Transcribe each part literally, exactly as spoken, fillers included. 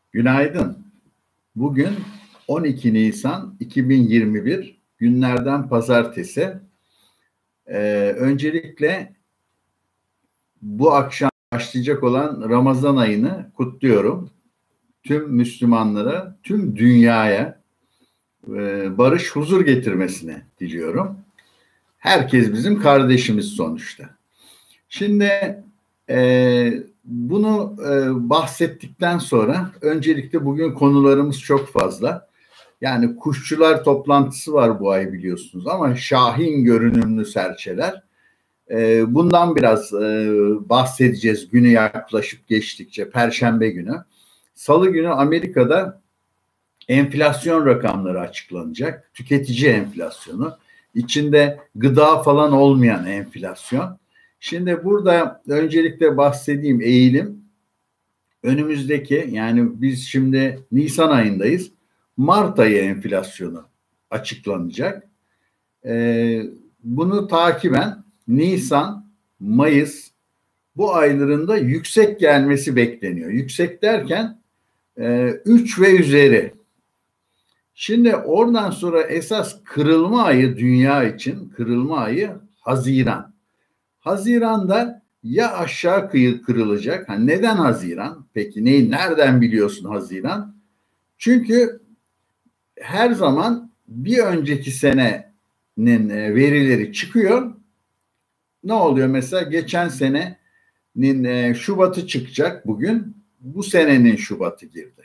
Günaydın. Bugün on iki Nisan iki bin yirmi bir günlerden pazartesi. Ee, öncelikle bu akşam başlayacak olan Ramazan ayını kutluyorum. Tüm Müslümanlara, tüm dünyaya e, barış, huzur getirmesini diliyorum. Herkes bizim kardeşimiz sonuçta. Şimdi e, bunu e, bahsettikten sonra öncelikle bugün konularımız çok fazla. Yani kuşçular toplantısı var bu ay biliyorsunuz ama şahin görünümlü serçeler. E, bundan biraz e, bahsedeceğiz günü yaklaşıp geçtikçe. Perşembe günü. Salı günü Amerika'da enflasyon rakamları açıklanacak. Tüketici enflasyonu. İçinde gıda falan olmayan enflasyon. Şimdi burada öncelikle bahsedeyim eğilim. Önümüzdeki yani biz şimdi Nisan ayındayız. Mart ayı enflasyonu açıklanacak. Ee, bunu takiben Nisan, Mayıs bu aylarında yüksek gelmesi bekleniyor. Yüksek derken e, üç ve üzeri. Şimdi oradan sonra esas kırılma ayı dünya için kırılma ayı Haziran. Haziran'da ya aşağı kıyı kırılacak. Ha, neden Haziran? Peki neyi nereden biliyorsun Haziran? Çünkü her zaman bir önceki senenin verileri çıkıyor. Ne oluyor mesela? Geçen senenin Şubat'ı çıkacak bugün. Bu senenin Şubat'ı girdi.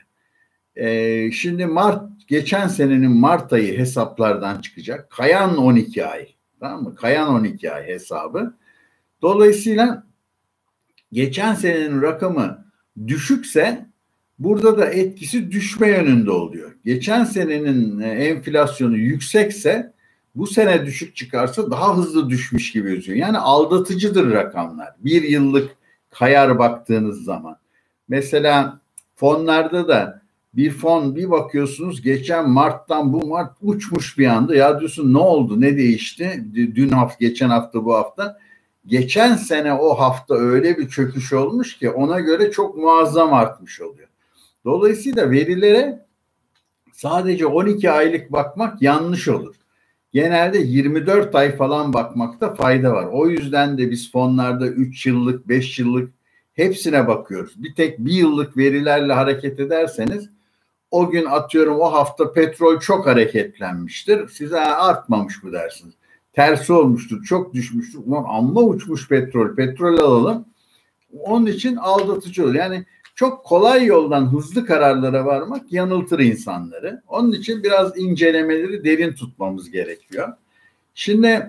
Ee, şimdi Mart, geçen senenin Mart ayı hesaplardan çıkacak. Kayan on iki ay. Tamam mı? Kayan on iki ay hesabı. Dolayısıyla geçen senenin rakamı düşükse burada da etkisi düşme yönünde oluyor. Geçen senenin enflasyonu yüksekse bu sene düşük çıkarsa daha hızlı düşmüş gibi gözüküyor. Yani aldatıcıdır rakamlar. Bir yıllık kayar baktığınız zaman. Mesela fonlarda da bir fon bir bakıyorsunuz geçen Mart'tan bu Mart uçmuş bir anda. Ya diyorsun ne oldu, ne değişti? Dün hafta, geçen hafta, bu hafta. Geçen sene o hafta öyle bir çöküş olmuş ki ona göre çok muazzam artmış oluyor. Dolayısıyla verilere sadece on iki aylık bakmak yanlış olur. Genelde yirmi dört ay falan bakmakta fayda var. O yüzden de biz fonlarda üç yıllık, beş yıllık hepsine bakıyoruz. Bir tek bir yıllık verilerle hareket ederseniz o gün atıyorum o hafta petrol çok hareketlenmiştir. Size artmamış bu dersiniz. Tersi olmuştur, çok düşmüştür. Ulan amma uçmuş petrol, petrol alalım. Onun için aldatıcı olur. Yani çok kolay yoldan hızlı kararlara varmak yanıltır insanları. Onun için biraz incelemeleri derin tutmamız gerekiyor. Şimdi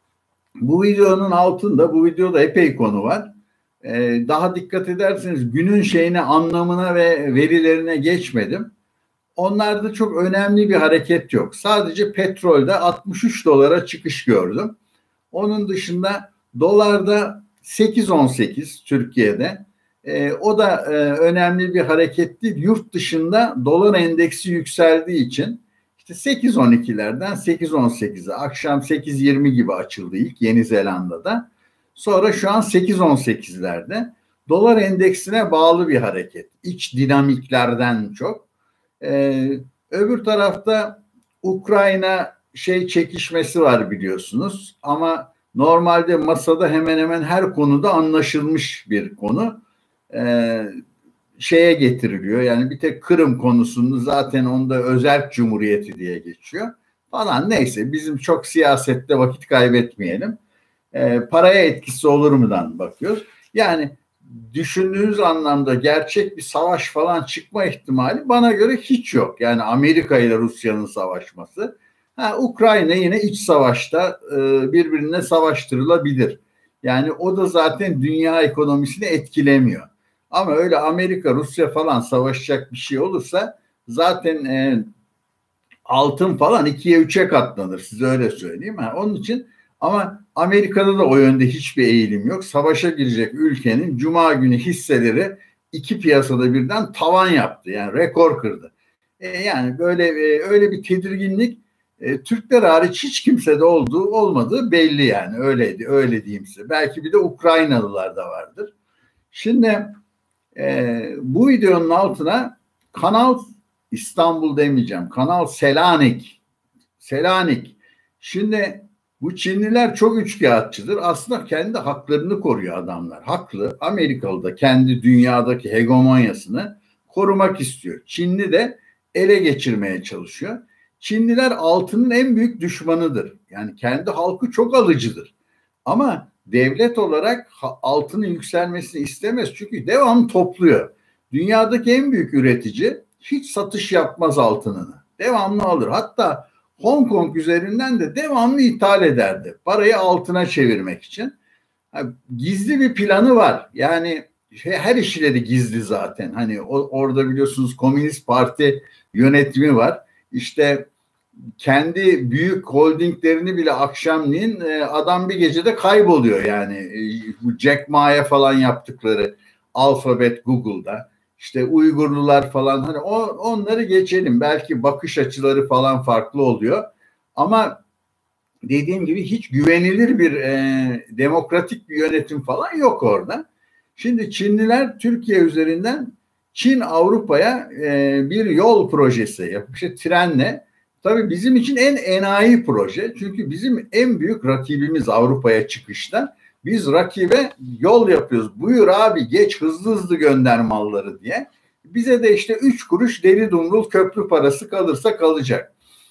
bu videonun altında, bu videoda epey konu var. Ee, daha dikkat ederseniz günün şeyine, anlamına ve verilerine geçmedim. Onlarda çok önemli bir hareket yok. Sadece petrolde altmış üç dolara çıkış gördüm. Onun dışında dolarda sekiz on sekiz Türkiye'de. E, o da e, önemli bir hareket değil. Yurt dışında dolar endeksi yükseldiği için işte sekiz on ikilerden sekiz on sekize, akşam sekiz yirmi gibi açıldı ilk Yeni Zelanda'da. Sonra şu an sekiz on sekizlerde. Dolar endeksine bağlı bir hareket. İç dinamiklerden çok. Ee, öbür tarafta Ukrayna şey çekişmesi var biliyorsunuz ama normalde masada hemen hemen her konuda anlaşılmış bir konu ee, şeye getiriliyor. Yani bir tek Kırım konusunu zaten onda özerk cumhuriyeti diye geçiyor falan, neyse bizim çok siyasette vakit kaybetmeyelim. Ee, paraya etkisi olur mudan bakıyoruz. Yani düşündüğünüz anlamda gerçek bir savaş falan çıkma ihtimali bana göre hiç yok. Yani Amerika ile Rusya'nın savaşması. Ha, Ukrayna yine iç savaşta e, birbirine savaştırılabilir. Yani o da zaten dünya ekonomisini etkilemiyor. Ama öyle Amerika, Rusya falan savaşacak bir şey olursa zaten e, altın falan ikiye üçe katlanır. Size öyle söyleyeyim. Ha, onun için ama Amerika'da da o yönde hiçbir eğilim yok. Savaşa girecek ülkenin Cuma günü hisseleri iki piyasada birden tavan yaptı. Yani rekor kırdı. E, yani böyle e, öyle bir tedirginlik e, Türkler hariç hiç kimsede olduğu olmadığı belli yani. Öyleydi, öyle diyeyim size. Belki bir de Ukraynalılar da vardır. Şimdi e, bu videonun altına Kanal İstanbul demeyeceğim. Kanal Selanik. Selanik. Şimdi bu Çinliler çok üçkağıtçıdır. Aslında kendi haklarını koruyor adamlar. Haklı. Amerikalı da kendi dünyadaki hegemonyasını korumak istiyor. Çinli de ele geçirmeye çalışıyor. Çinliler altının en büyük düşmanıdır. Yani kendi halkı çok alıcıdır. Ama devlet olarak altının yükselmesini istemez. Çünkü devamlı topluyor. Dünyadaki en büyük üretici hiç satış yapmaz altınını. Devamlı alır. Hatta Hong Kong üzerinden de devamlı ithal ederdi. Parayı altına çevirmek için. Gizli bir planı var. Yani her işleri gizli zaten. Hani orada biliyorsunuz Komünist Parti yönetimi var. İşte kendi büyük holdinglerini bile akşamleyin adam bir gecede kayboluyor yani. Bu Jack Ma'ya falan yaptıkları Alphabet, Google'da. İşte Uygurlular falan, hani o, onları geçelim. Belki bakış açıları falan farklı oluyor. Ama dediğim gibi hiç güvenilir bir e, demokratik bir yönetim falan yok orada. Şimdi Çinliler Türkiye üzerinden Çin Avrupa'ya e, bir yol projesi yapmış. İşte trenle. Tabii bizim için en enayi proje. Çünkü bizim en büyük rakibimiz Avrupa'ya çıkışta. Biz rakibe yol yapıyoruz. Buyur abi geç, hızlı hızlı gönder malları diye. Bize de işte üç kuruş deli dumrul köprü parası kalırsa kalacak.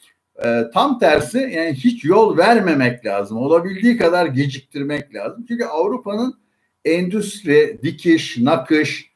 Ee, tam tersi, yani hiç yol vermemek lazım. Olabildiği kadar geciktirmek lazım. Çünkü Avrupa'nın endüstri, dikiş, nakış,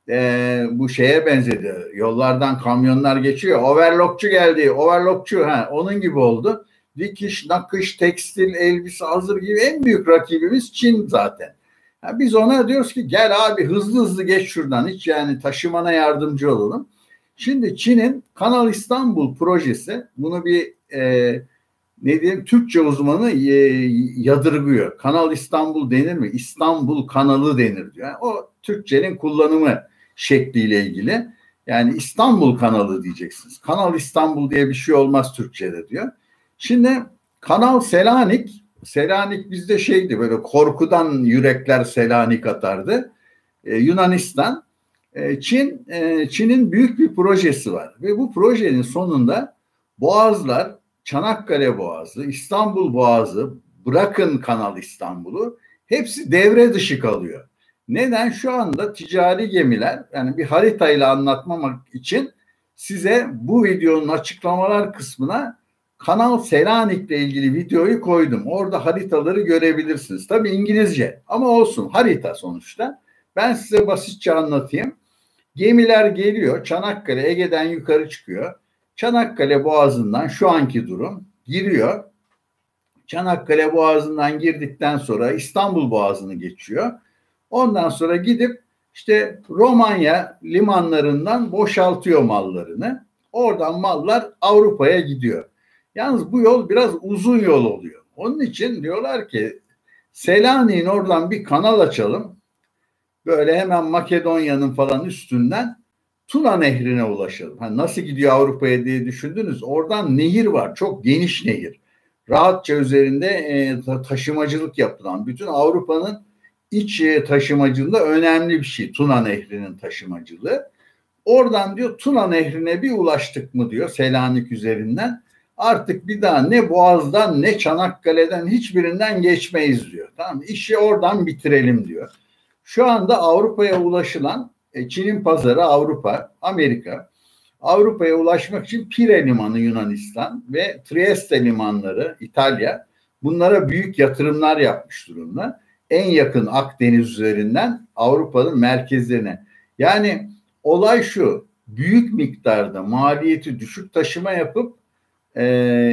e, bu şeye benzedi. Yollardan kamyonlar geçiyor. Overlockçu geldi. Overlockçu, ha, onun gibi oldu. Dikiş, nakış, tekstil, elbise hazır gibi en büyük rakibimiz Çin zaten. Yani biz ona diyoruz ki gel abi hızlı hızlı geç şuradan, hiç yani taşımana yardımcı olalım. Şimdi Çin'in Kanal İstanbul projesi, bunu bir e, ne diyeyim, Türkçe uzmanı e, yadırgıyor. Kanal İstanbul denir mi? İstanbul kanalı denir diyor. Yani o Türkçenin kullanımı şekliyle ilgili. Yani İstanbul kanalı diyeceksiniz. Kanal İstanbul diye bir şey olmaz Türkçe'de diyor. Şimdi Kanal Selanik, Selanik bizde şeydi, böyle korkudan yürekler Selanik atardı. Ee, Yunanistan, ee, Çin, e, Çin'in büyük bir projesi var ve bu projenin sonunda boğazlar, Çanakkale Boğazı, İstanbul Boğazı, bırakın Kanal İstanbul'u, hepsi devre dışı kalıyor. Neden? Şu anda ticari gemiler, yani bir haritayla anlatmamak için size bu videonun açıklamalar kısmına Kanal Selanik'le ilgili videoyu koydum. Orada haritaları görebilirsiniz. Tabii İngilizce ama olsun, harita sonuçta. Ben size basitçe anlatayım. Gemiler geliyor, Çanakkale, Ege'den yukarı çıkıyor. Çanakkale Boğazı'ndan şu anki durum giriyor. Çanakkale Boğazı'ndan girdikten sonra İstanbul Boğazı'nı geçiyor. Ondan sonra gidip işte Romanya limanlarından boşaltıyor mallarını. Oradan mallar Avrupa'ya gidiyor. Yalnız bu yol biraz uzun yol oluyor. Onun için diyorlar ki Selanik'in oradan bir kanal açalım. Böyle hemen Makedonya'nın falan üstünden Tuna Nehri'ne ulaşalım. Hani nasıl gidiyor Avrupa'ya diye düşündünüz. Oradan nehir var. Çok geniş nehir. Rahatça üzerinde e, taşımacılık yapılan, bütün Avrupa'nın iç e, taşımacılığında önemli bir şey Tuna Nehri'nin taşımacılığı. Oradan diyor Tuna Nehri'ne bir ulaştık mı diyor Selanik üzerinden, artık bir daha ne Boğaz'dan ne Çanakkale'den hiçbirinden geçmeyiz diyor. Tamam, işi oradan bitirelim diyor. Şu anda Avrupa'ya ulaşılan, e, Çin'in pazarı Avrupa, Amerika. Avrupa'ya ulaşmak için Pire Limanı Yunanistan ve Trieste limanları İtalya, bunlara büyük yatırımlar yapmış durumda. En yakın Akdeniz üzerinden Avrupa'nın merkezlerine. Yani olay şu, büyük miktarda maliyeti düşük taşıma yapıp e,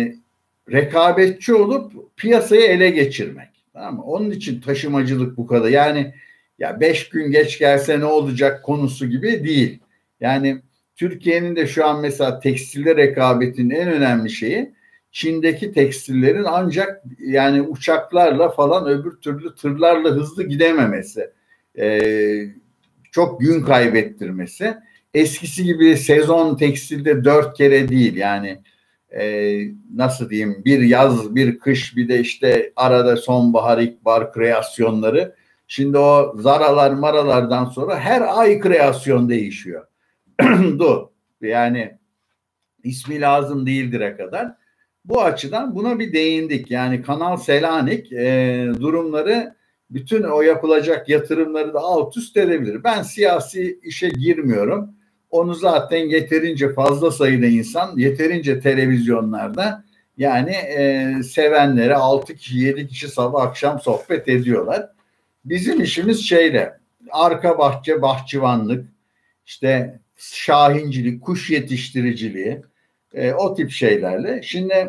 rekabetçi olup piyasayı ele geçirmek. Tamam mı? Onun için taşımacılık bu kadar. Yani ya beş gün geç gelse ne olacak konusu gibi değil. Yani Türkiye'nin de şu an mesela tekstilde rekabetinin en önemli şeyi Çin'deki tekstillerin ancak yani uçaklarla falan, öbür türlü tırlarla hızlı gidememesi. Ee, çok gün kaybettirmesi. Eskisi gibi sezon tekstilde dört kere değil yani e, nasıl diyeyim, bir yaz bir kış bir de işte arada sonbahar ilkbahar kreasyonları. Şimdi o Zara'lar maralardan sonra her ay kreasyon değişiyor. Do. Yani ismi lazım değildir'e kadar. Bu açıdan buna bir değindik. Yani Kanal Selanik e, durumları, bütün o yapılacak yatırımları da alt üst edebilir. Ben siyasi işe girmiyorum. Onu zaten yeterince fazla sayıda insan, yeterince televizyonlarda, yani e, sevenleri altı kişi, yedi kişi sabah akşam sohbet ediyorlar. Bizim işimiz şeyle, arka bahçe, bahçıvanlık, işte şahincilik, kuş yetiştiriciliği, e, o tip şeylerle. Şimdi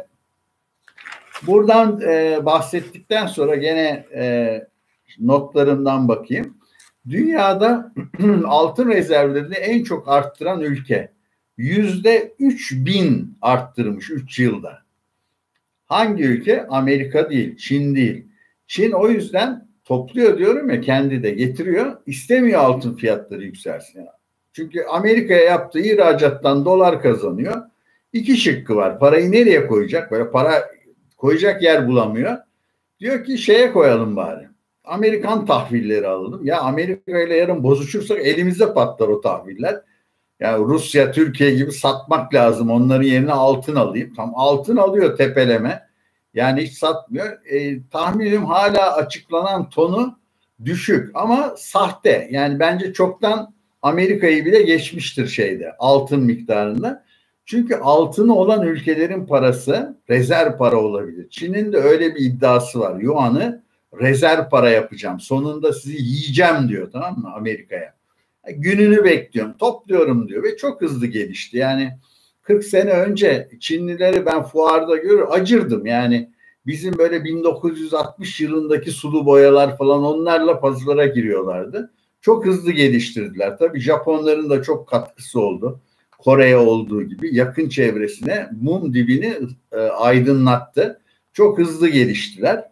buradan e, bahsettikten sonra gene e, notlarımdan bakayım. Dünyada altın rezervlerini en çok arttıran ülke yüzde üç bin arttırmış üç yılda. Hangi ülke? Amerika değil, Çin değil. Çin o yüzden topluyor diyorum ya, kendi de getiriyor. İstemiyor altın fiyatları yükselsin. Çünkü Amerika'ya yaptığı ihracattan dolar kazanıyor. İki şıkkı var. Parayı nereye koyacak? Böyle para koyacak yer bulamıyor. Diyor ki şeye koyalım bari. Amerikan tahvilleri alalım. Ya Amerika ile yarın bozuşursak elimizde patlar o tahviller. Yani Rusya, Türkiye gibi satmak lazım. Onların yerine altın alayım. Tam altın alıyor tepeleme. Yani hiç satmıyor. E, tahminim hala açıklanan tonu düşük ama sahte. Yani bence çoktan Amerika'yı bile geçmiştir şeyde, altın miktarında. Çünkü altını olan ülkelerin parası rezerv para olabilir. Çin'in de öyle bir iddiası var. Yuan'ı rezerv para yapacağım. Sonunda sizi yiyeceğim diyor, tamam mı, Amerika'ya. Gününü bekliyorum, topluyorum diyor ve çok hızlı gelişti. Yani kırk sene önce Çinlileri ben fuarda görür acırdım. Yani bizim böyle bin dokuz yüz altmış yılındaki sulu boyalar falan, onlarla pazara giriyorlardı. Çok hızlı geliştirdiler. Tabii Japonların da çok katkısı oldu. Kore'ye olduğu gibi yakın çevresine mum dibini e, aydınlattı. Çok hızlı geliştiler.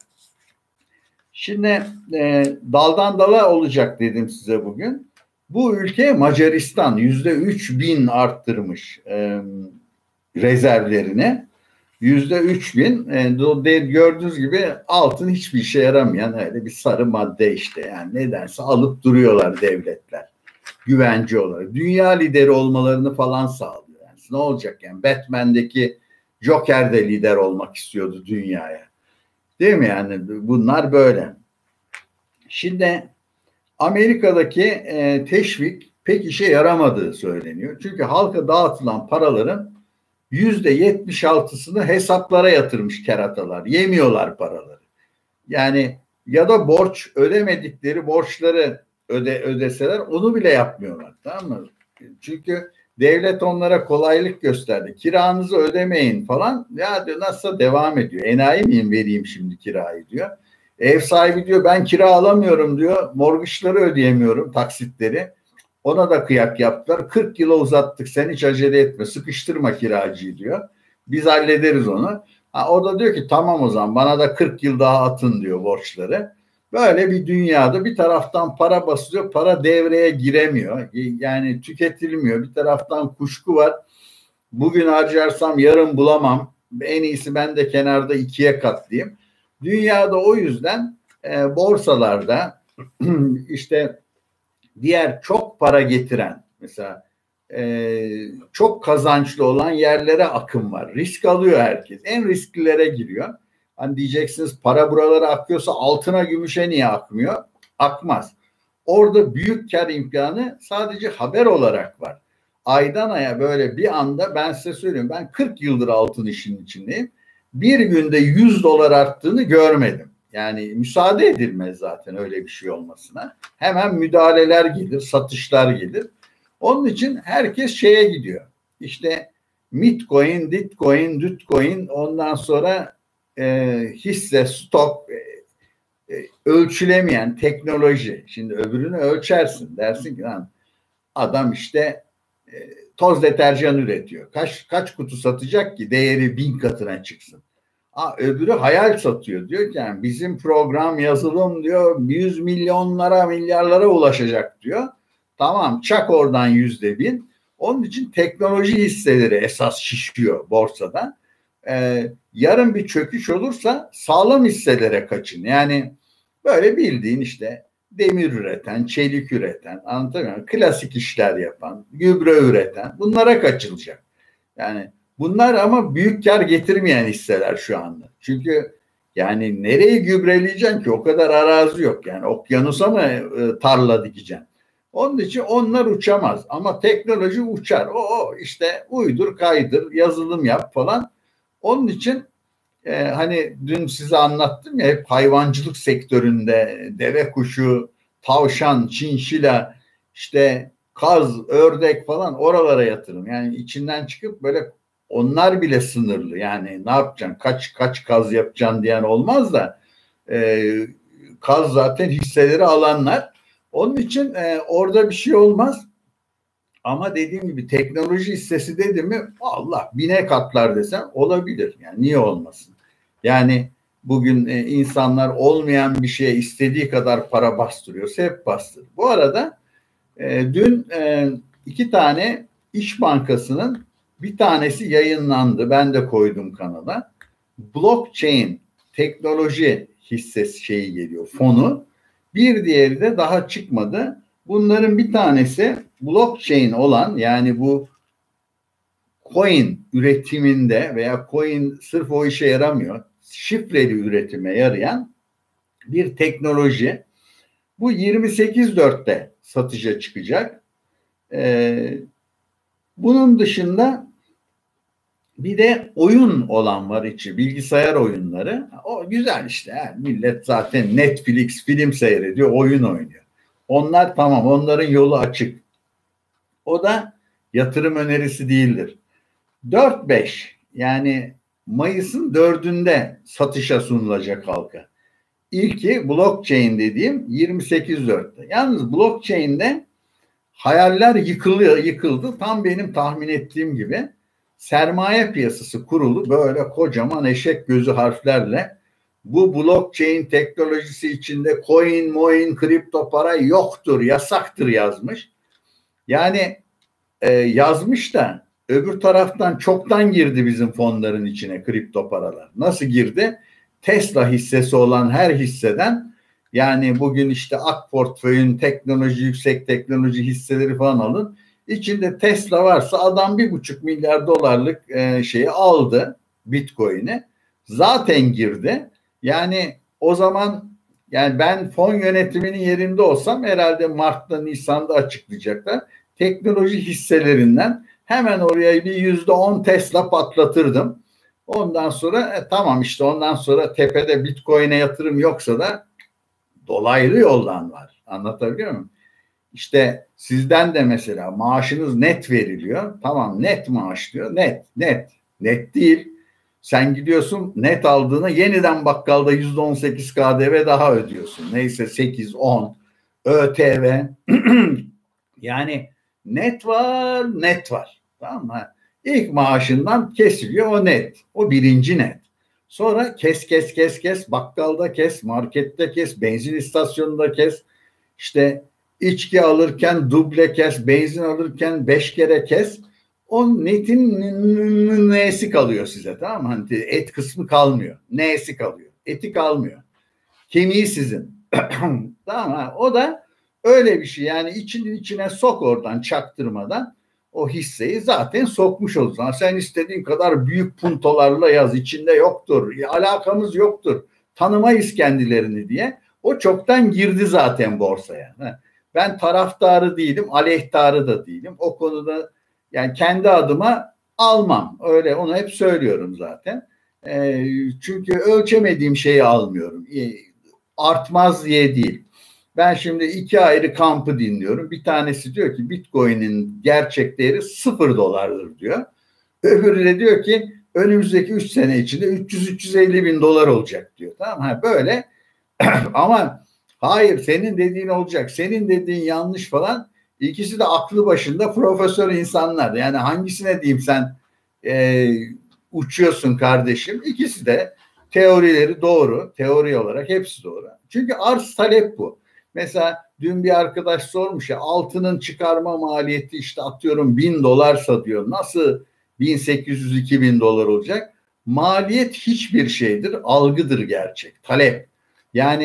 Şimdi e, daldan dala olacak dedim size bugün. Bu ülke Macaristan yüzde üç bin arttırmış e, rezervlerini. Yüzde üç bin. E, gördüğünüz gibi altın hiçbir işe yaramayan öyle bir sarı madde işte. Yani nedense alıp duruyorlar devletler. Güvence olarak. Dünya lideri olmalarını falan sağlıyor. Yani ne olacak yani? Batman'deki Joker de lider olmak istiyordu dünyaya. Değil mi yani? Bunlar böyle. Şimdi Amerika'daki e, teşvik pek işe yaramadığı söyleniyor. Çünkü halka dağıtılan paraların yüzde yetmiş altısını hesaplara yatırmış keratalar. Yemiyorlar paraları. Yani ya da borç ödemedikleri borçları öde, ödeseler onu bile yapmıyorlar. Tamam mı? Çünkü devlet onlara kolaylık gösterdi. Kiranızı ödemeyin falan. Ya diyor, nasıl devam ediyor? Enayi miyim vereyim şimdi kirayı diyor. Ev sahibi diyor ben kira alamıyorum diyor. Mortgage'ları ödeyemiyorum, taksitleri. Ona da kıyak yaptılar. kırk yıla uzattık, sen hiç acele etme, sıkıştırma kiracıyı diyor. Biz hallederiz onu. Ha, o da diyor ki tamam o zaman bana da kırk yıl daha atın diyor borçları. Böyle bir dünyada bir taraftan para basılıyor, para devreye giremiyor. Yani tüketilmiyor. Bir taraftan kuşku var. Bugün harcarsam yarın bulamam. En iyisi ben de kenarda ikiye katlayayım. Dünyada o yüzden e, borsalarda işte diğer çok para getiren, mesela e, çok kazançlı olan yerlere akım var. Risk alıyor herkes. En risklilere giriyor. Hani diyeceksiniz para buralara akıyorsa altına, gümüşe niye akmıyor? Akmaz. Orada büyük kar imkanı sadece haber olarak var. Aydan aya böyle bir anda, ben size söyleyeyim, ben kırk yıldır altın işinin içindeyim. Bir günde yüz dolar arttığını görmedim. Yani müsaade edilmez zaten öyle bir şey olmasına. Hemen müdahaleler gelir, satışlar gelir. Onun için herkes şeye gidiyor. İşte Bitcoin, Bitcoin, Bitcoin, ondan sonra e, hisse, stok, e, e, ölçülemeyen teknoloji. Şimdi öbürünü ölçersin. Dersin ki lan adam işte e, toz deterjan üretiyor. Kaç kaç kutu satacak ki değeri bin katına çıksın. Aa, öbürü hayal satıyor. Diyor ki yani bizim program, yazılım diyor yüz milyonlara, milyarlara ulaşacak diyor. Tamam, çak oradan yüzde bin. Onun için teknoloji hisseleri esas şişiyor borsada. Ee, yarın bir çöküş olursa sağlam hisselere kaçın. Yani böyle bildiğin işte demir üreten, çelik üreten, anlatabiliyor muyum? Klasik işler yapan, gübre üreten, bunlara kaçılacak. Yani bunlar ama büyük kar getirmeyen hisseler şu anda. Çünkü yani nereyi gübreleyeceksin ki? O kadar arazi yok. Yani okyanusa mı e, tarla dikeceksin? Onun için onlar uçamaz. Ama teknoloji uçar. O, o işte uydur, kaydır, yazılım yap falan. Onun için e, hani dün size anlattım ya, hep hayvancılık sektöründe deve kuşu, tavşan, çinşila, işte kaz, ördek falan, oralara yatırım. Yani içinden çıkıp böyle, onlar bile sınırlı. Yani ne yapacaksın? Kaç kaç kaz yapacaksın diyen olmaz da e, kaz zaten hisseleri alanlar. Onun için e, orada bir şey olmaz. Ama dediğim gibi teknoloji hissesi dedi mi, Allah bine katlar desen olabilir. Yani niye olmasın? Yani bugün e, insanlar olmayan bir şeye istediği kadar para bastırıyorsa hep bastırır. Bu arada e, dün e, iki tane İş Bankası'nın bir tanesi yayınlandı. Ben de koydum kanala. Blockchain teknoloji hissesi şeyi geliyor, fonu. Bir diğeri de daha çıkmadı. Bunların bir tanesi blockchain olan, yani bu coin üretiminde veya coin sırf o işe yaramıyor, şifreli üretime yarayan bir teknoloji. Bu yirmi sekiz dörtte satışa çıkacak. Ee, bunun dışında bir de oyun olan var içi, bilgisayar oyunları. O güzel işte. Yani millet zaten Netflix film seyrediyor, oyun oynuyor. Onlar tamam, onların yolu açık. O da yatırım önerisi değildir. dört beş, yani Mayıs'ın dördünde satışa sunulacak halka. İlki blockchain dediğim yirmi sekiz dörtte. Yalnız blockchain'de hayaller yıkılıyor, yıkıldı. Tam benim tahmin ettiğim gibi sermaye piyasası kurulu böyle kocaman eşek gözü harflerle bu blockchain teknolojisi içinde coin, moin, kripto para yoktur, yasaktır yazmış. Yani e, yazmış da öbür taraftan çoktan girdi bizim fonların içine kripto paralar. Nasıl girdi? Tesla hissesi olan her hisseden, yani bugün işte Ak Portföy'ün teknoloji, yüksek teknoloji hisseleri falan alın. İçinde Tesla varsa adam bir buçuk milyar dolarlık e, şeyi aldı, Bitcoin'i. Zaten girdi. Yani o zaman, yani ben fon yönetiminin yerinde olsam herhalde Mart'ta, Nisan'da açıklayacaklar. Teknoloji hisselerinden hemen oraya bir yüzde on Tesla patlatırdım. Ondan sonra e, tamam işte, ondan sonra tepede Bitcoin'e yatırım yoksa da dolaylı yoldan var. Anlatabiliyor muyum? İşte sizden de mesela maaşınız net veriliyor. Tamam, net maaş diyor. Net, net. Net değil. Sen gidiyorsun net aldığına yeniden bakkalda yüzde on sekiz K D V daha ödüyorsun. Neyse sekiz, on, ÖTV. Yani net var, net var. Tamam mı? İlk maaşından kesiliyor o net. O birinci net. Sonra kes kes kes kes, bakkalda kes, markette kes, benzin istasyonunda kes. İşte içki alırken duble kes, benzin alırken beş kere kes. O netin nesi kalıyor size, tamam mı? Hani et kısmı kalmıyor. Nesi kalıyor? Eti kalmıyor. Kemiği sizin. Tamam mı? O da öyle bir şey. Yani içinin içine sok oradan çaktırmadan o hisseyi zaten sokmuş olursun. Sen istediğin kadar büyük puntolarla yaz, içinde yoktur, alakamız yoktur, tanımayız kendilerini diye. O çoktan girdi zaten borsaya. Ben taraftarı değilim, aleyhtarı da değilim. O konuda yani kendi adıma almam. Öyle, onu hep söylüyorum zaten. E, çünkü ölçemediğim şeyi almıyorum. E, artmaz diye değil. Ben şimdi iki ayrı kampı dinliyorum. Bir tanesi diyor ki Bitcoin'in gerçek değeri sıfır dolardır diyor. Öbürü de diyor ki önümüzdeki üç sene içinde üç yüz üç yüz elli bin dolar olacak diyor. Tamam mı? Böyle ama hayır, senin dediğin olacak, senin dediğin yanlış falan. İkisi de aklı başında profesör insanlar. Yani hangisine diyeyim, sen e, uçuyorsun kardeşim. İkisi de teorileri doğru. Teori olarak hepsi doğru. Çünkü arz talep bu. Mesela dün bir arkadaş sormuş ya, altının çıkarma maliyeti işte atıyorum bin dolarsa diyor, nasıl bin sekiz yüz iki bin dolar olacak? Maliyet hiçbir şeydir, algıdır gerçek, talep. Yani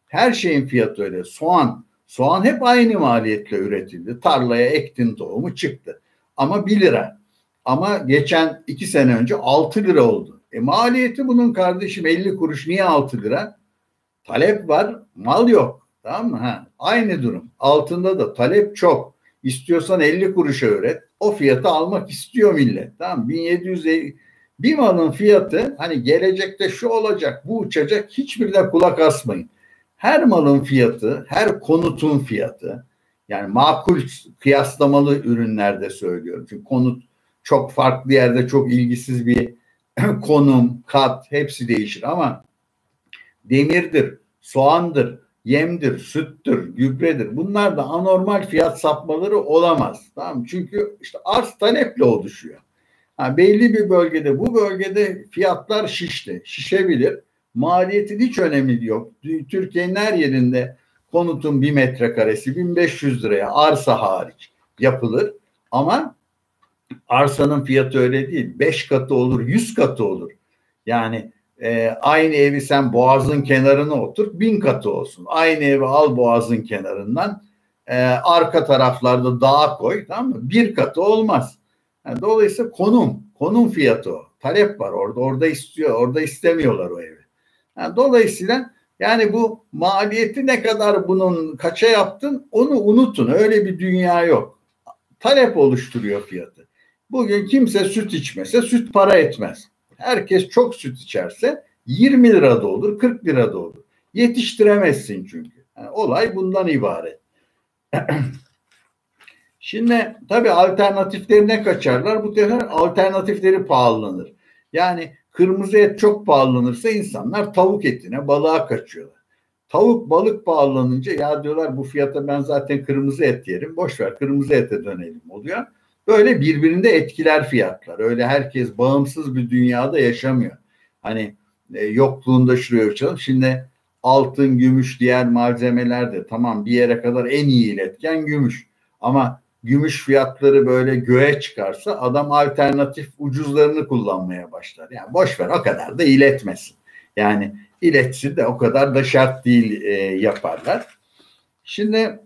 Her şeyin fiyatı öyle. Soğan. Soğan hep aynı maliyetle üretildi. Tarlaya ektin tohumu çıktı. Ama bir lira. Ama geçen iki sene önce altı lira oldu. E maliyeti bunun kardeşim elli kuruş. Niye altı lira? Talep var, mal yok. Tamam mı? Ha, aynı durum. Altında da talep çok. İstiyorsan elli kuruşa üret. O fiyatı almak istiyor millet. Tamam, bin yedi yüz elli. Bir malın fiyatı hani gelecekte şu olacak, bu uçacak, hiçbirine kulak asmayın. Her malın fiyatı, her konutun fiyatı, yani makul kıyaslamalı ürünlerde söylüyorum. Çünkü konut çok farklı yerde çok ilgisiz bir konum, kat hepsi değişir ama demirdir, soğandır, yemdir, süttür, gübredir. Bunlar da anormal fiyat sapmaları olamaz. Tamam mı? Çünkü işte arz taleple oluşuyor. Ha, belli bir bölgede, bu bölgede fiyatlar şişti, şişebilir. Maliyetin hiç önemi yok. Türkiye'nin her yerinde konutun bir metrekaresi bin beş yüz liraya arsa hariç yapılır. Ama arsanın fiyatı öyle değil. Beş katı olur, yüz katı olur. Yani e, aynı evi sen Boğaz'ın kenarına otur, bin katı olsun. Aynı evi al Boğaz'ın kenarından, e, arka taraflarda dağa koy, tamam mı? Bir katı olmaz. Yani dolayısıyla konum, konum fiyatı o. Talep var orada, orada istiyor, orada istemiyorlar o evi. Yani dolayısıyla yani bu maliyeti ne kadar bunun kaça yaptın onu unutun. Öyle bir dünya yok. Talep oluşturuyor fiyatı. Bugün kimse süt içmese süt para etmez. Herkes çok süt içerse yirmi lira da olur, kırk lira da olur. Yetiştiremezsin çünkü. Yani olay bundan ibaret. Şimdi tabii alternatiflerine kaçarlar. Bu sefer alternatifleri pahalanır. Yani kırmızı et çok pahalanırsa insanlar tavuk etine, balığa kaçıyorlar. Tavuk, balık pahalanınca ya diyorlar bu fiyata ben zaten kırmızı et yerim. Boş ver kırmızı ete dönelim oluyor. Böyle birbirinde etkiler fiyatlar. Öyle herkes bağımsız bir dünyada yaşamıyor. Hani e, yokluğunda şuraya uçalım. Şimdi altın, gümüş, diğer malzemeler de tamam bir yere kadar en iyi iletken gümüş. Ama gümüş fiyatları böyle göğe çıkarsa adam alternatif ucuzlarını kullanmaya başlar. Yani boş ver o kadar da iletmesin. Yani iletsin de o kadar da şart değil e, yaparlar. Şimdi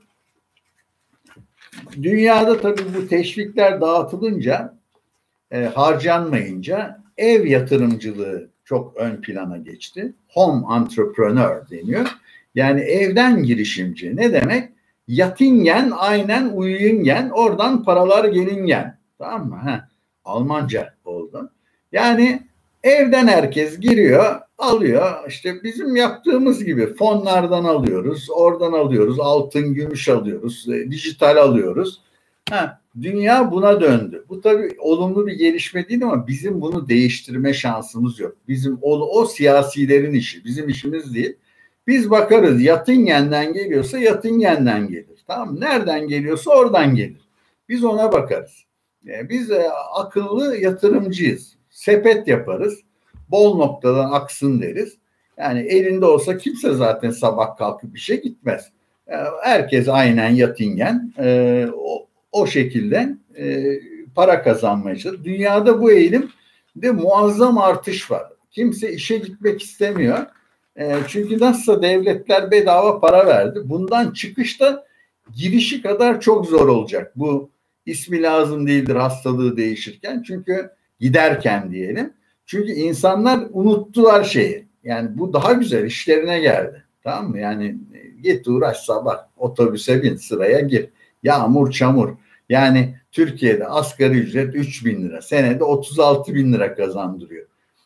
dünyada tabii bu teşvikler dağıtılınca, e, harcanmayınca ev yatırımcılığı çok ön plana geçti. Home entrepreneur deniyor. Yani evden girişimci. Ne demek? Yatingen aynen uyuyingen oradan paralar gelingen. Tamam mı? Heh, Almanca oldu. Yani evden herkes giriyor, alıyor. İşte bizim yaptığımız gibi fonlardan alıyoruz, oradan alıyoruz, altın, gümüş alıyoruz, e, dijital alıyoruz. Ha, dünya buna döndü. Bu tabii olumlu bir gelişme değil ama bizim bunu değiştirme şansımız yok. Bizim o, o siyasilerin işi, bizim işimiz değil. Biz bakarız Yatıngen'den geliyorsa Yatıngen'den gelir. Tamam mı? Nereden geliyorsa oradan gelir. Biz ona bakarız. Yani biz e, akıllı yatırımcıyız. Sepet yaparız. Bol noktadan aksın deriz. Yani elinde olsa kimse zaten sabah kalkıp işe gitmez. E, herkes aynen Yatingen. E, o, o şekilde e, para kazanmaya çalışır. Dünyada bu eğilimde muazzam artış var. Kimse işe gitmek istemiyor. E, çünkü nasılsa devletler bedava para verdi. Bundan çıkışta girişi kadar çok zor olacak. Bu ismi lazım değildir hastalığı değişirken. Çünkü giderken diyelim. Çünkü insanlar unuttular şeyi. Yani bu daha güzel işlerine geldi. Tamam mı? Yani git uğraş sabah otobüse bin sıraya gir. Yağmur çamur. Yani Türkiye'de asgari ücret üç bin lira. Senede otuz altı bin lira kazandırıyor.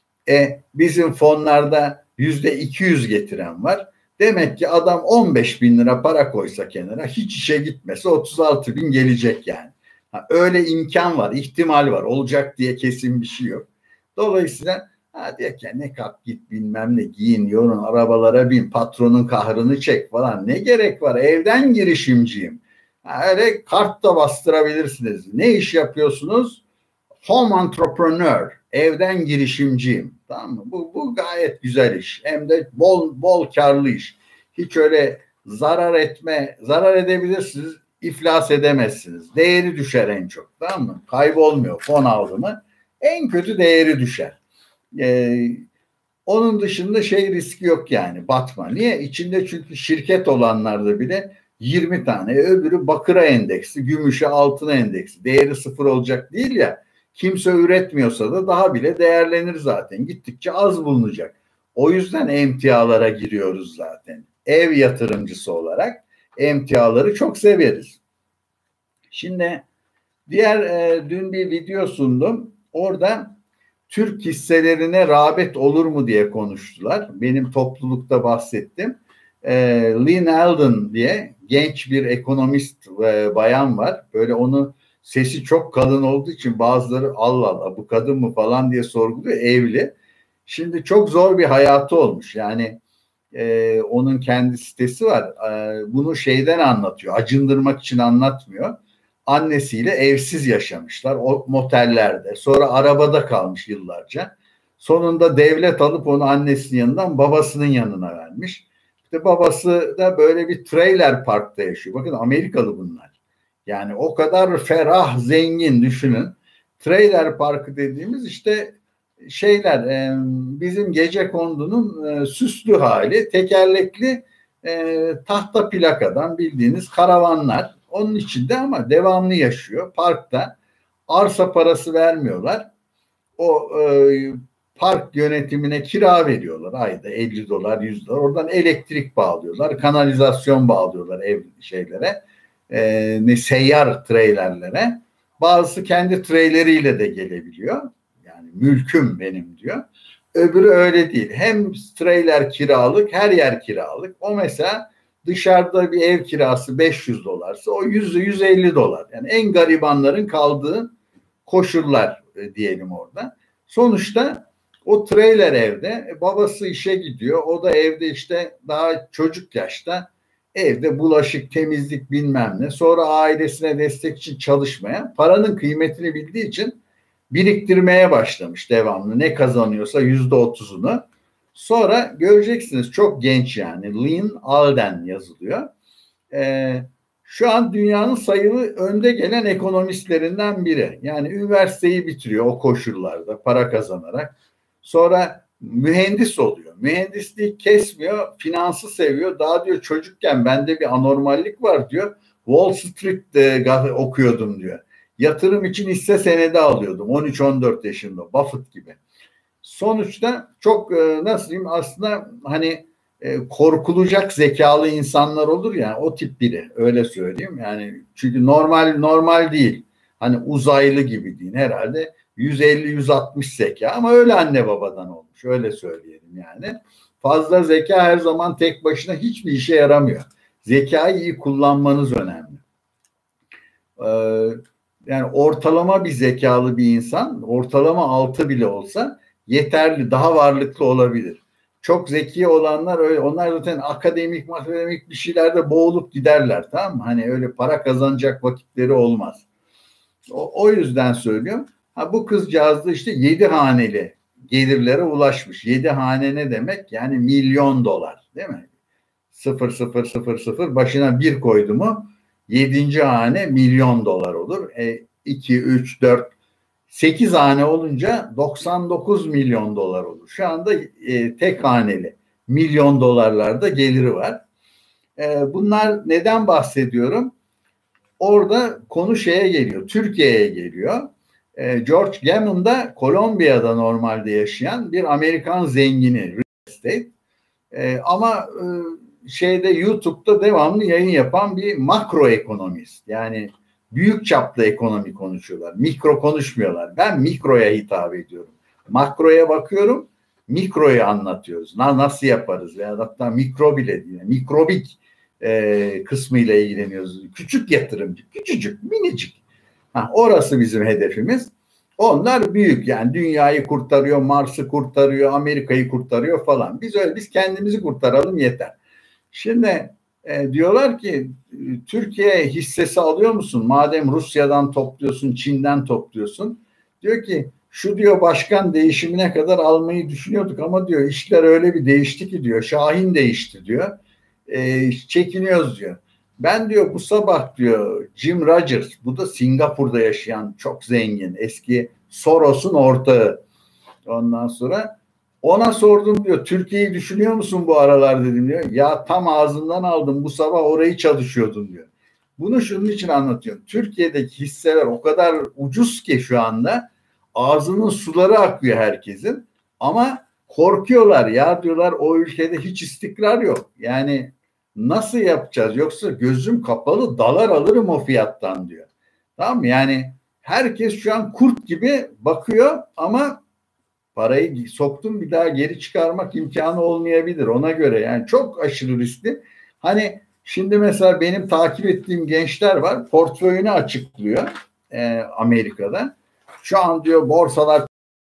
E bizim fonlarda yüzde iki yüz getiren var. Demek ki adam on beş bin lira para koysa kenara hiç işe gitmese otuz altı bin gelecek yani. Ha, öyle imkan var, ihtimal var. Olacak diye kesin bir şey yok. Dolayısıyla ha diyor ki ne kalk git bilmem ne giyin yorun arabalara bin patronun kahrını çek falan ne gerek var evden girişimciyim. Ha, öyle kart da bastırabilirsiniz. Ne iş yapıyorsunuz? Home entrepreneur, evden girişimciyim. Tamam mı? Bu, bu gayet güzel iş. Hem de bol bol karlı iş. Hiç öyle zarar etme, zarar edebilirsiniz, iflas edemezsiniz. Değeri düşer en çok. Tamam mı? Kaybolmuyor fon aldı mı. En kötü değeri düşer. Ee, Onun dışında şey riski yok yani, batma. Niye? İçinde çünkü şirket olanlarda bile yirmi tane, öbürü bakıra endeksli, gümüşe, altına endeksli. Değeri sıfır olacak değil ya. Kimse üretmiyorsa da daha bile değerlenir zaten. Gittikçe az bulunacak. O yüzden emtialara giriyoruz zaten. Ev yatırımcısı olarak emtiaları çok severiz. Şimdi diğer e, dün bir video sundum. Orada Türk hisselerine rağbet olur mu diye konuştular. Benim toplulukta bahsettim. E, Lynn Alden diye genç bir ekonomist e, bayan var. Böyle onu sesi çok kalın olduğu için bazıları Allah Allah bu kadın mı falan diye sorguluyor. Evli. Şimdi çok zor bir hayatı olmuş. Yani e, onun kendi sitesi var. E, bunu şeyden anlatıyor. Acındırmak için anlatmıyor. Annesiyle evsiz yaşamışlar o motellerde. Sonra arabada kalmış yıllarca. Sonunda devlet alıp onu annesinin yanından babasının yanına vermiş. İşte babası da böyle bir trailer parkta yaşıyor. Bakın Amerikalı bunlar. Yani o kadar ferah, zengin düşünün. Trailer parkı dediğimiz işte şeyler e, bizim Gecekondu'nun e, süslü hali, tekerlekli e, tahta plakadan bildiğiniz karavanlar. Onun içinde ama devamlı yaşıyor. Parkta arsa parası vermiyorlar. O e, park yönetimine kira veriyorlar ayda elli dolar, yüz dolar. Oradan elektrik bağlıyorlar, kanalizasyon bağlıyorlar ev şeylere, e, ne seyyar treylerlere. Bazısı kendi treyleriyle de gelebiliyor. Yani mülküm benim diyor. Öbürü öyle değil. Hem treyler kiralık, her yer kiralık. O mesela dışarıda bir ev kirası beş yüz dolarsa o yüz yüz elli dolar. Yani en garibanların kaldığı koşullar e, diyelim orada. Sonuçta o trailer evde, babası işe gidiyor. O da evde işte daha çocuk yaşta evde bulaşık, temizlik bilmem ne. Sonra ailesine destek için çalışmaya, paranın kıymetini bildiği için biriktirmeye başlamış devamlı. Ne kazanıyorsa yüzde otuzunu. Sonra göreceksiniz çok genç yani. Lynn Alden yazılıyor. Ee, şu an dünyanın sayılı önde gelen ekonomistlerinden biri. Yani üniversiteyi bitiriyor o koşullarda para kazanarak. Sonra mühendis oluyor. Mühendisliği kesmiyor, finansı seviyor. Daha diyor çocukken bende bir anormallik var diyor. Wall Street'te okuyordum diyor. Yatırım için hisse senedi alıyordum on üç on dört yaşında, Buffett gibi. Sonuçta çok nasıl diyeyim aslında hani korkulacak zekalı insanlar olur ya, o tip biri, öyle söyleyeyim. Yani çünkü normal normal değil. Hani uzaylı gibi değil herhalde. yüz elli yüz altmış zeka ama öyle anne babadan olmuş. Öyle söyleyelim yani. Fazla zeka her zaman tek başına hiçbir işe yaramıyor. Zekayı iyi kullanmanız önemli. Ee, yani ortalama bir zekalı bir insan, ortalama altı bile olsa yeterli, daha varlıklı olabilir. Çok zeki olanlar öyle, onlar zaten akademik, akademik bir şeylerde boğulup giderler, tamam mı? Hani öyle para kazanacak vakitleri olmaz. O, o yüzden söylüyorum. Ha, bu kızcağız da işte yedi haneli gelirlere ulaşmış. Yedi hane ne demek? Yani milyon dolar, değil mi? Sıfır sıfır sıfır sıfır başına bir koydu mu yedinci hane milyon dolar olur. E, iki, üç, dört, sekiz hane olunca doksan dokuz milyon dolar olur. Şu anda e, tek haneli milyon dolarlarda geliri var. E, bunlar neden bahsediyorum? Orada konu şeye geliyor, Türkiye'ye geliyor. E, George Gammon da Kolombiya'da normalde yaşayan bir Amerikan zengini, real estate. E, ama e, şeyde YouTube'da devamlı yayın yapan bir makro ekonomist. Yani büyük çaplı ekonomi konuşuyorlar. Mikro konuşmuyorlar. Ben mikroya hitap ediyorum. Makroya bakıyorum, mikroyu anlatıyoruz. Na, nasıl yaparız? Veya hatta mikro bile değil. Mikrobik e, kısmıyla ilgileniyoruz. Küçük yatırımcı, küçücük, minicik. Ha, orası bizim hedefimiz. Onlar büyük, yani dünyayı kurtarıyor, Mars'ı kurtarıyor, Amerika'yı kurtarıyor falan. Biz öyle, biz kendimizi kurtaralım yeter. Şimdi e, diyorlar ki Türkiye hissesi alıyor musun? Madem Rusya'dan topluyorsun, Çin'den topluyorsun. Diyor ki şu diyor başkan değişimine kadar almayı düşünüyorduk ama diyor işler öyle bir değişti ki diyor. Şahin değişti diyor. E, çekiniyoruz diyor. Ben diyor bu sabah diyor Jim Rogers, bu da Singapur'da yaşayan çok zengin, eski Soros'un ortağı. Ondan sonra Ona sordum diyor, Türkiye'yi düşünüyor musun bu aralar dedim diyor. Ya tam ağzından aldım, bu sabah orayı çalışıyordum diyor. Bunu şunun için anlatıyorum. Türkiye'deki hisseler o kadar ucuz ki şu anda ağzının suları akıyor herkesin. Ama korkuyorlar ya, diyorlar o ülkede hiç istikrar yok. Yani nasıl yapacağız, yoksa gözüm kapalı dalar alırım o fiyattan diyor. Tamam mı? Yani herkes şu an kurt gibi bakıyor ama parayı soktum, bir daha geri çıkarmak imkanı olmayabilir ona göre. Yani çok aşırı riskli. Hani şimdi mesela benim takip ettiğim gençler var, portföyünü açıklıyor e, Amerika'da. Şu an diyor borsalar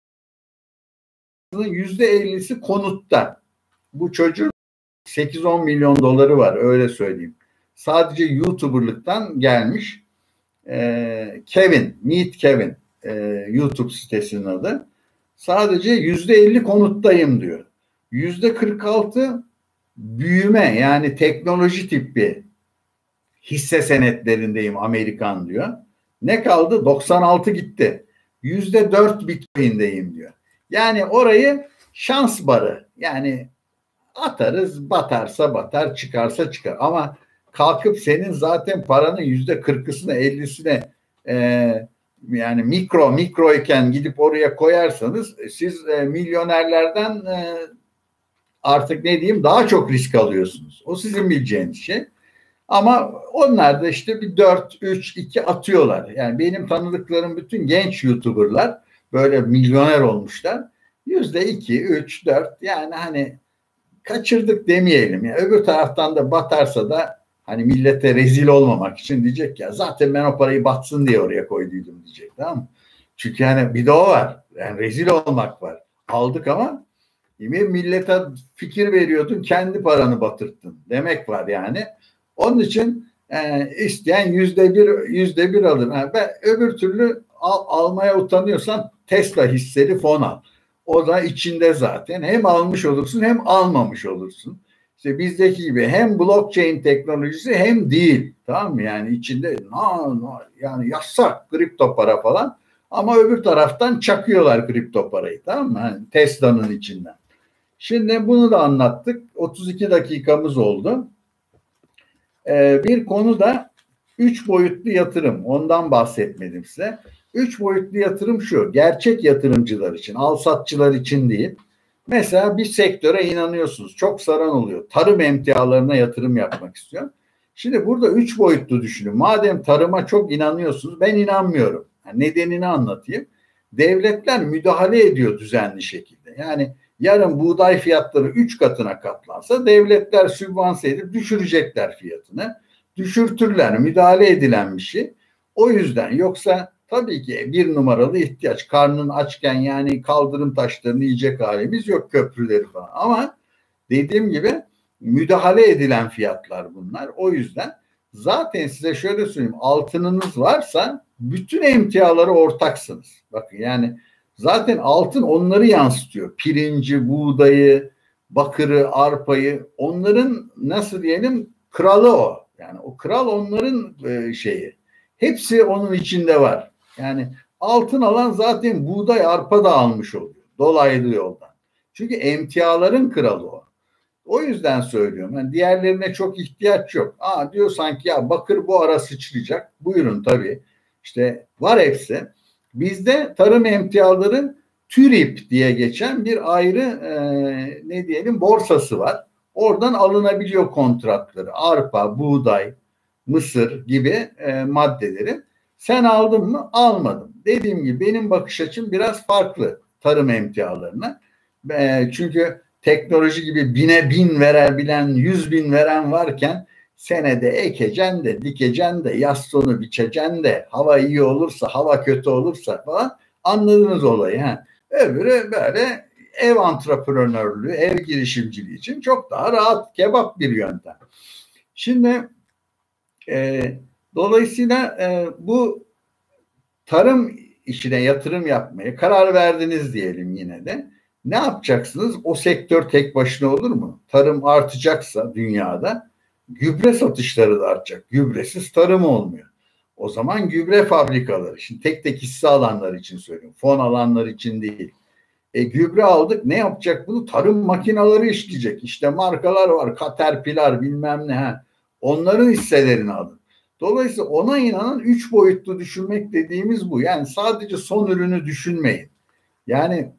yüzde ellisi konutta. Bu çocuğun sekiz on milyon doları var, öyle söyleyeyim. Sadece YouTuber'lıktan gelmiş. Ee, Kevin, Meet Kevin e, YouTube sitesinin adı. Sadece yüzde elli konuttayım diyor. Yüzde kırk altı büyüme, yani teknoloji tipi hisse senetlerindeyim Amerikan diyor. Ne kaldı? doksan altı gitti. Yüzde dört Bitcoin'deyim diyor. Yani orayı şans barı. Yani atarız, batarsa batar, çıkarsa çıkar. Ama kalkıp senin zaten paranın yüzde kırkısını ellisine e, yani mikro mikro iken gidip oraya koyarsanız siz e, milyonerlerden e, artık ne diyeyim daha çok risk alıyorsunuz. O sizin bileceğiniz şey. Ama onlar da işte bir dört, üç, iki atıyorlar. Yani benim tanıdıklarım bütün genç YouTuber'lar böyle milyoner olmuşlar. Yüzde iki, üç, dört, yani hani kaçırdık demeyelim. Yani öbür taraftan da batarsa da hani millete rezil olmamak için diyecek ya zaten ben o parayı batsın diye oraya koyduydum diyecek, tamam mı? Çünkü hani bir de o var. Yani rezil olmak var. Aldık ama millete fikir veriyordun, kendi paranı batırttın demek var yani. Onun için e, isteyen yüzde bir yüzde bir alır. Yani ben öbür türlü al, almaya utanıyorsan Tesla hisseli fon al. O da içinde zaten hem almış olursun hem almamış olursun. İşte bizdeki gibi hem blockchain teknolojisi hem değil. Tamam mı? Yani içinde na, na, yani yasak kripto para falan. Ama öbür taraftan çakıyorlar kripto parayı. Tamam mı? Yani Tesla'nın içinden. Şimdi bunu da anlattık. otuz iki dakikamız oldu. Ee, bir konu da üç boyutlu yatırım. Ondan bahsetmedim size. Üç boyutlu yatırım şu. Gerçek yatırımcılar için, alsatçılar için değil. Mesela bir sektöre inanıyorsunuz. Çok saran oluyor. Tarım emtialarına yatırım yapmak istiyor. Şimdi burada üç boyutlu düşünün. Madem tarıma çok inanıyorsunuz, ben inanmıyorum. Yani nedenini anlatayım. Devletler müdahale ediyor düzenli şekilde. Yani yarın buğday fiyatları üç katına katlansa devletler sübvanse edip düşürecekler fiyatını. Düşürtürler, müdahale edilen bir şey. O yüzden, yoksa tabii ki bir numaralı ihtiyaç. Karnın açken yani kaldırım taşlarını yiyecek halimiz yok, köprüleri falan. Ama dediğim gibi müdahale edilen fiyatlar bunlar. O yüzden zaten size şöyle söyleyeyim, altınınız varsa bütün emtiaları ortaksınız. Bakın yani zaten altın onları yansıtıyor. Pirinci, buğdayı, bakırı, arpayı, onların nasıl diyelim kralı o. Yani o kral onların e, şeyi. Hepsi onun içinde var. Yani altın alan zaten buğday, arpa da almış oluyor. Dolaylı yoldan. Çünkü emtiaların kralı o. O yüzden söylüyorum. Yani diğerlerine çok ihtiyaç yok. Aa diyor sanki ya bakır bu ara sıçrayacak. Buyurun tabii. İşte var hepsi. Bizde tarım emtiaları TÜRİP diye geçen bir ayrı e, ne diyelim borsası var. Oradan alınabiliyor kontratları. Arpa, buğday, mısır gibi e, maddeleri. Sen aldın mı? Almadım. Dediğim gibi benim bakış açım biraz farklı tarım emtialarına. E, çünkü teknoloji gibi bine bin verebilen, yüz bin veren varken senede ekeceksin de, dikeceksin de, yaz sonu biçeceksin de, hava iyi olursa, hava kötü olursa falan, anladınız olayı. Ha. Öbürü böyle ev antreprenörlüğü, ev girişimciliği için çok daha rahat, kebap bir yöntem. Şimdi e, dolayısıyla e, bu tarım işine yatırım yapmaya karar verdiniz diyelim yine de. Ne yapacaksınız? O sektör tek başına olur mu? Tarım artacaksa dünyada gübre satışları da artacak. Gübresiz tarım olmuyor. O zaman gübre fabrikaları, şimdi tek tek hisse alanlar için söylüyorum. Fon alanlar için değil. E, gübre aldık. Ne yapacak bunu? Tarım makineleri işleyecek. İşte markalar var. Caterpillar bilmem ne. Ha. Onların hisselerini alın. Dolayısıyla ona inanan üç boyutlu düşünmek dediğimiz bu. Yani sadece son ürünü düşünmeyin. Yani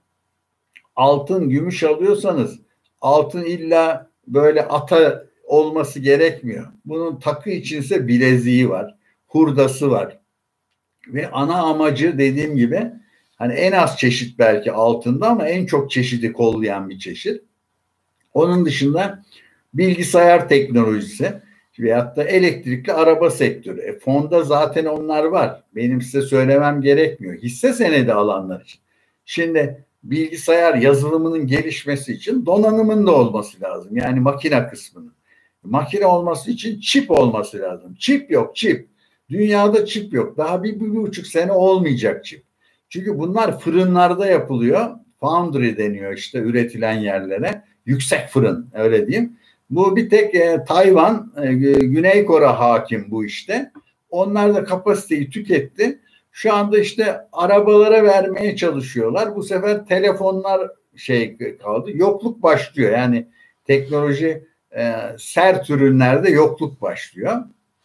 altın, gümüş alıyorsanız altın illa böyle ata olması gerekmiyor. Bunun takı içinse bileziği var, hurdası var. Ve ana amacı dediğim gibi hani en az çeşit belki altında ama en çok çeşidi kollayan bir çeşit. Onun dışında bilgisayar teknolojisi veyahut da elektrikli araba sektörü. E, fonda zaten onlar var. Benim size söylemem gerekmiyor. Hisse senedi alanlar için. Şimdi bilgisayar yazılımının gelişmesi için donanımın da olması lazım. Yani makine kısmının. Makine olması için çip olması lazım. Çip yok, çip. Dünyada çip yok. Daha bir, bir, bir buçuk sene olmayacak çip. Çünkü bunlar fırınlarda yapılıyor. Foundry deniyor işte üretilen yerlere. Yüksek fırın öyle diyeyim. Bu bir tek e, Tayvan, e, Güney Kore hakim bu işte. Onlar da kapasiteyi tüketti. Şu anda işte arabalara vermeye çalışıyorlar. Bu sefer telefonlar şey kaldı. Yokluk başlıyor. Yani teknoloji e, sert ürünlerde yokluk başlıyor.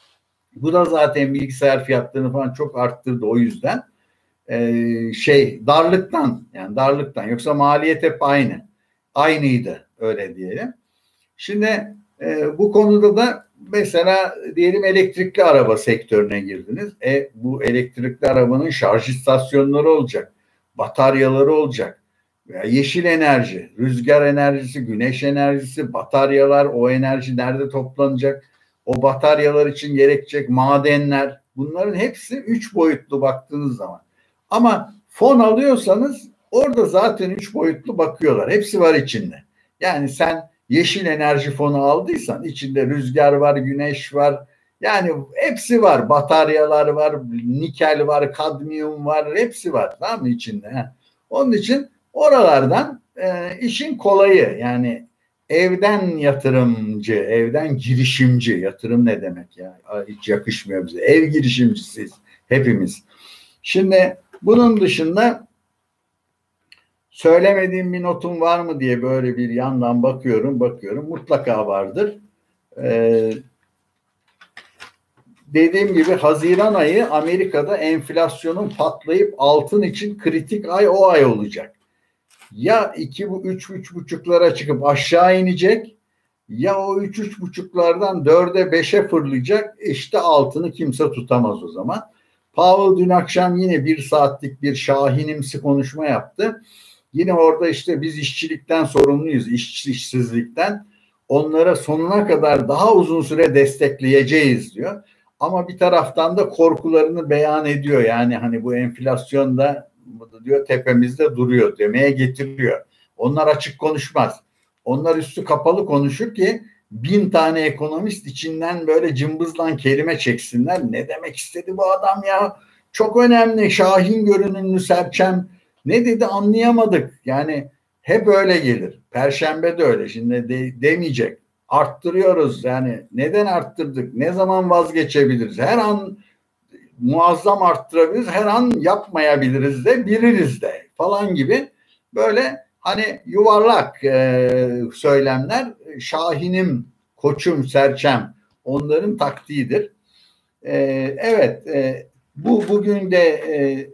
Bu da zaten bilgisayar fiyatlarını falan çok arttırdı o yüzden. Ee, şey darlıktan yani darlıktan yoksa maliyet hep aynı. Aynıydı öyle diyelim. Şimdi e, bu konuda da mesela diyelim elektrikli araba sektörüne girdiniz. E, bu elektrikli arabanın şarj istasyonları olacak. Bataryaları olacak. Veya yeşil enerji, rüzgar enerjisi, güneş enerjisi, bataryalar, o enerji nerede toplanacak? O bataryalar için gerekecek madenler, bunların hepsi üç boyutlu baktığınız zaman. Ama fon alıyorsanız orada zaten üç boyutlu bakıyorlar. Hepsi var içinde. Yani sen yeşil enerji fonu aldıysan içinde rüzgar var, güneş var. Yani hepsi var. Bataryalar var, nikel var, kadmiyum var. Hepsi var. Tamam mı içinde? Onun için oralardan e, işin kolayı yani evden yatırımcı, evden girişimci. Yatırım ne demek ya? Hiç yakışmıyor bize. Ev girişimcisiyiz hepimiz. Şimdi bunun dışında söylemediğim bir notum var mı diye böyle bir yandan bakıyorum, bakıyorum. Mutlaka vardır. Ee, dediğim gibi Haziran ayı Amerika'da enflasyonun patlayıp altın için kritik ay o ay olacak. Ya iki bu üç üç buçuklara çıkıp aşağı inecek ya o üç üç buçuklardan dörde beşe fırlayacak. İşte altını kimse tutamaz o zaman. Powell dün akşam yine bir saatlik bir şahinimsi konuşma yaptı. Yine orada işte biz işçilikten sorumluyuz, iş, işsizlikten. Onlara sonuna kadar daha uzun süre destekleyeceğiz diyor. Ama bir taraftan da korkularını beyan ediyor. Yani hani bu enflasyonda diyor tepemizde duruyor demeye getiriyor. Onlar açık konuşmaz. Onlar üstü kapalı konuşur ki bin tane ekonomist içinden böyle cımbızlan kelime çeksinler. Ne demek istedi bu adam ya? Çok önemli, şahin görünümlü serçem. Ne dedi anlayamadık. Yani hep öyle gelir. Perşembe de öyle. Şimdi de, demeyecek. Arttırıyoruz. Yani neden arttırdık? Ne zaman vazgeçebiliriz? Her an muazzam arttırabiliriz. Her an yapmayabiliriz de biliriz de falan gibi böyle hani yuvarlak e, söylemler şahinim, koçum, serçem onların taktiğidir. E, evet e, bu bugün de e,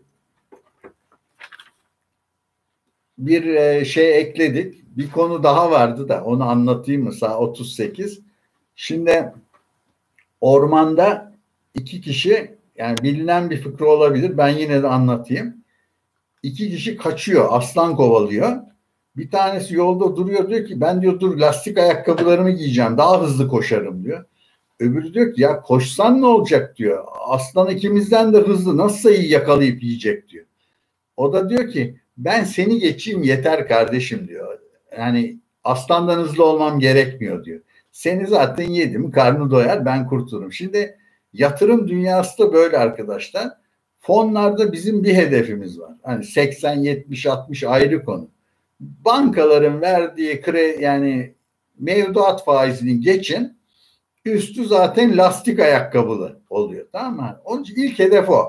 bir e, şey ekledik. Bir konu daha vardı da onu anlatayım mı? Saat otuz sekiz. Şimdi ormanda iki kişi yani bilinen bir fıkra olabilir. Ben yine de anlatayım. İki kişi kaçıyor. Aslan kovalıyor. Bir tanesi yolda duruyor diyor ki ben diyor dur lastik ayakkabılarımı giyeceğim. Daha hızlı koşarım diyor. Öbürü diyor ki ya koşsan ne olacak diyor. Aslan ikimizden de hızlı. Nasılsa iyi yakalayıp yiyecek diyor. O da diyor ki ben seni geçeyim yeter kardeşim diyor. Yani aslandan hızlı olmam gerekmiyor diyor. Seni zaten yedim karnı doyar ben kurtulurum. Şimdi yatırım dünyası da böyle arkadaşlar. Fonlarda bizim bir hedefimiz var. Hani seksen, yetmiş, altmış ayrı konu. Bankaların verdiği kredi yani mevduat faizini geçin. Üstü zaten lastik ayakkabılı oluyor. Tamam mı? Onun için ilk hedef o.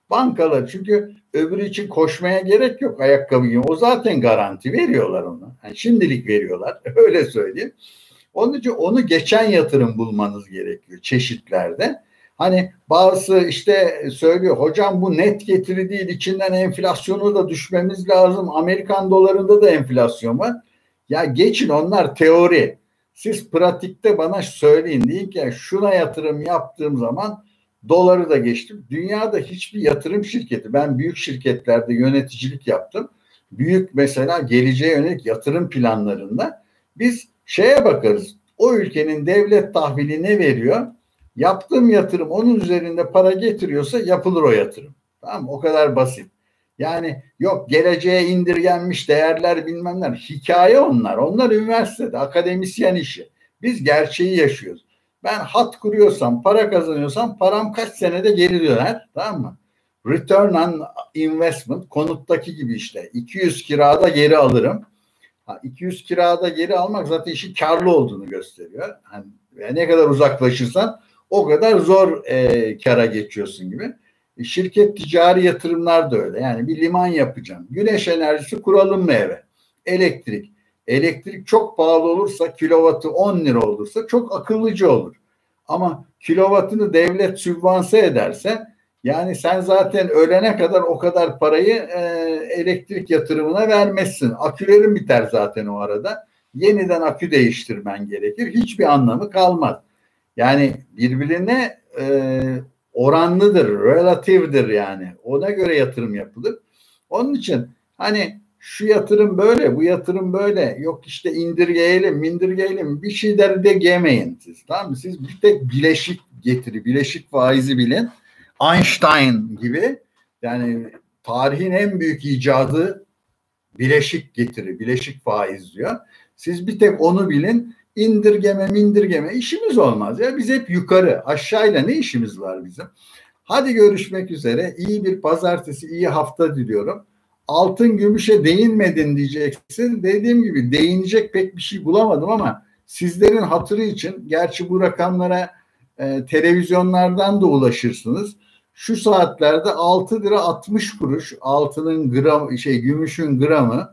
Bankalar, çünkü öbürü için koşmaya gerek yok ayakkabı gibi. O zaten garanti veriyorlar ona. Yani şimdilik veriyorlar. Öyle söyleyeyim. Onun için onu geçen yatırım bulmanız gerekiyor çeşitlerde. Hani bazısı işte söylüyor, hocam bu net getiri değil, içinden enflasyonu da düşmemiz lazım. Amerikan dolarında da enflasyon var. Ya geçin, onlar teori. Siz pratikte bana söyleyin, deyin ki şuna yatırım yaptığım zaman doları da geçtim. Dünyada hiçbir yatırım şirketi, ben büyük şirketlerde yöneticilik yaptım. Büyük mesela geleceğe yönelik yatırım planlarında biz şeye bakarız. O ülkenin devlet tahvili ne veriyor? Yaptığım yatırım onun üzerinde para getiriyorsa yapılır o yatırım. Tamam mı? O kadar basit. Yani yok geleceğe indirgenmiş değerler bilmemler. Hikaye onlar. Onlar üniversitede akademisyen işi. Biz gerçeği yaşıyoruz. Ben hat kuruyorsam, para kazanıyorsam param kaç senede geri döner. Tamam mı? Return on investment, konuttaki gibi işte. iki yüz kirada geri alırım. iki yüz kirada geri almak zaten işin karlı olduğunu gösteriyor. Hani ne kadar uzaklaşırsan o kadar zor e, kara geçiyorsun gibi. E, şirket ticari yatırımlar da öyle. Yani bir liman yapacağım. Güneş enerjisi kuralım mı eve? Elektrik. Elektrik çok pahalı olursa, kilovatı on lira olursa çok akıllıca olur. Ama kilovatını devlet sübvanse ederse, yani sen zaten ölene kadar o kadar parayı e, elektrik yatırımına vermezsin. Akülerin biter zaten o arada. Yeniden akü değiştirmen gerekir. Hiçbir anlamı kalmaz. Yani birbirine e, oranlıdır, relatifdir yani. Ona göre yatırım yapılır. Onun için hani şu yatırım böyle, bu yatırım böyle, yok işte indirgeyelim, mindirgeyelim, bir şeyleri de yemeyin siz. Tamam mı? Siz bir tek bileşik getiri, bileşik faizi bilin. Einstein gibi, yani tarihin en büyük icadı bileşik getiri, bileşik faiz diyor. Siz bir tek onu bilin, indirgeme mindirgeme işimiz olmaz ya. Biz hep yukarı, aşağıyla ne işimiz var bizim? Hadi görüşmek üzere. İyi bir pazartesi, iyi hafta diliyorum. Altın gümüşe değinmedin diyeceksin. Dediğim gibi değinecek pek bir şey bulamadım ama sizlerin hatırı için, gerçi bu rakamlara e, televizyonlardan da ulaşırsınız. Şu saatlerde altı lira altmış kuruş altının gram, şey gümüşün gramı,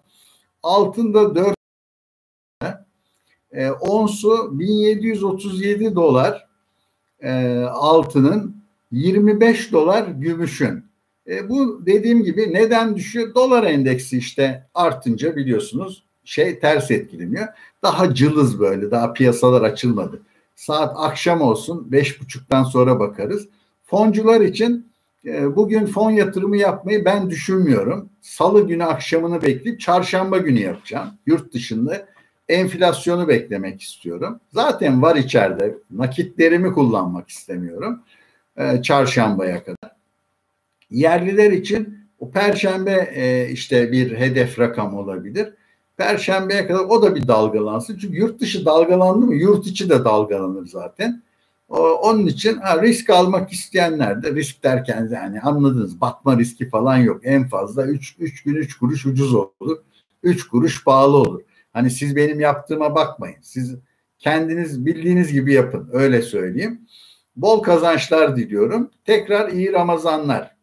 altında dört, e, onsu bin yedi yüz otuz yedi dolar, e, altının yirmi beş dolar gümüşün. E, bu dediğim gibi neden düşüyor? Dolar endeksi işte artınca biliyorsunuz şey ters etkileniyor. Daha cılız böyle, daha piyasalar açılmadı. Saat akşam olsun, beş buçuktan sonra bakarız. Foncular için e, bugün fon yatırımı yapmayı ben düşünmüyorum. Salı günü akşamını bekleyip çarşamba günü yapacağım. Yurt dışında enflasyonu beklemek istiyorum. Zaten var içeride. Nakitlerimi kullanmak istemiyorum. E, çarşambaya kadar. Yerliler için o perşembe e, işte bir hedef rakam olabilir. Perşembeye kadar o da bir dalgalansın. Çünkü yurt dışı dalgalandı mı yurt içi de dalgalanır zaten. O, onun için ha, risk almak isteyenler de, risk derken yani anladınız, batma riski falan yok. En fazla üç gün üç kuruş ucuz olur. üç kuruş pahalı olur. Hani siz benim yaptığıma bakmayın. Siz kendiniz bildiğiniz gibi yapın. Öyle söyleyeyim. Bol kazançlar diliyorum. Tekrar iyi Ramazanlar.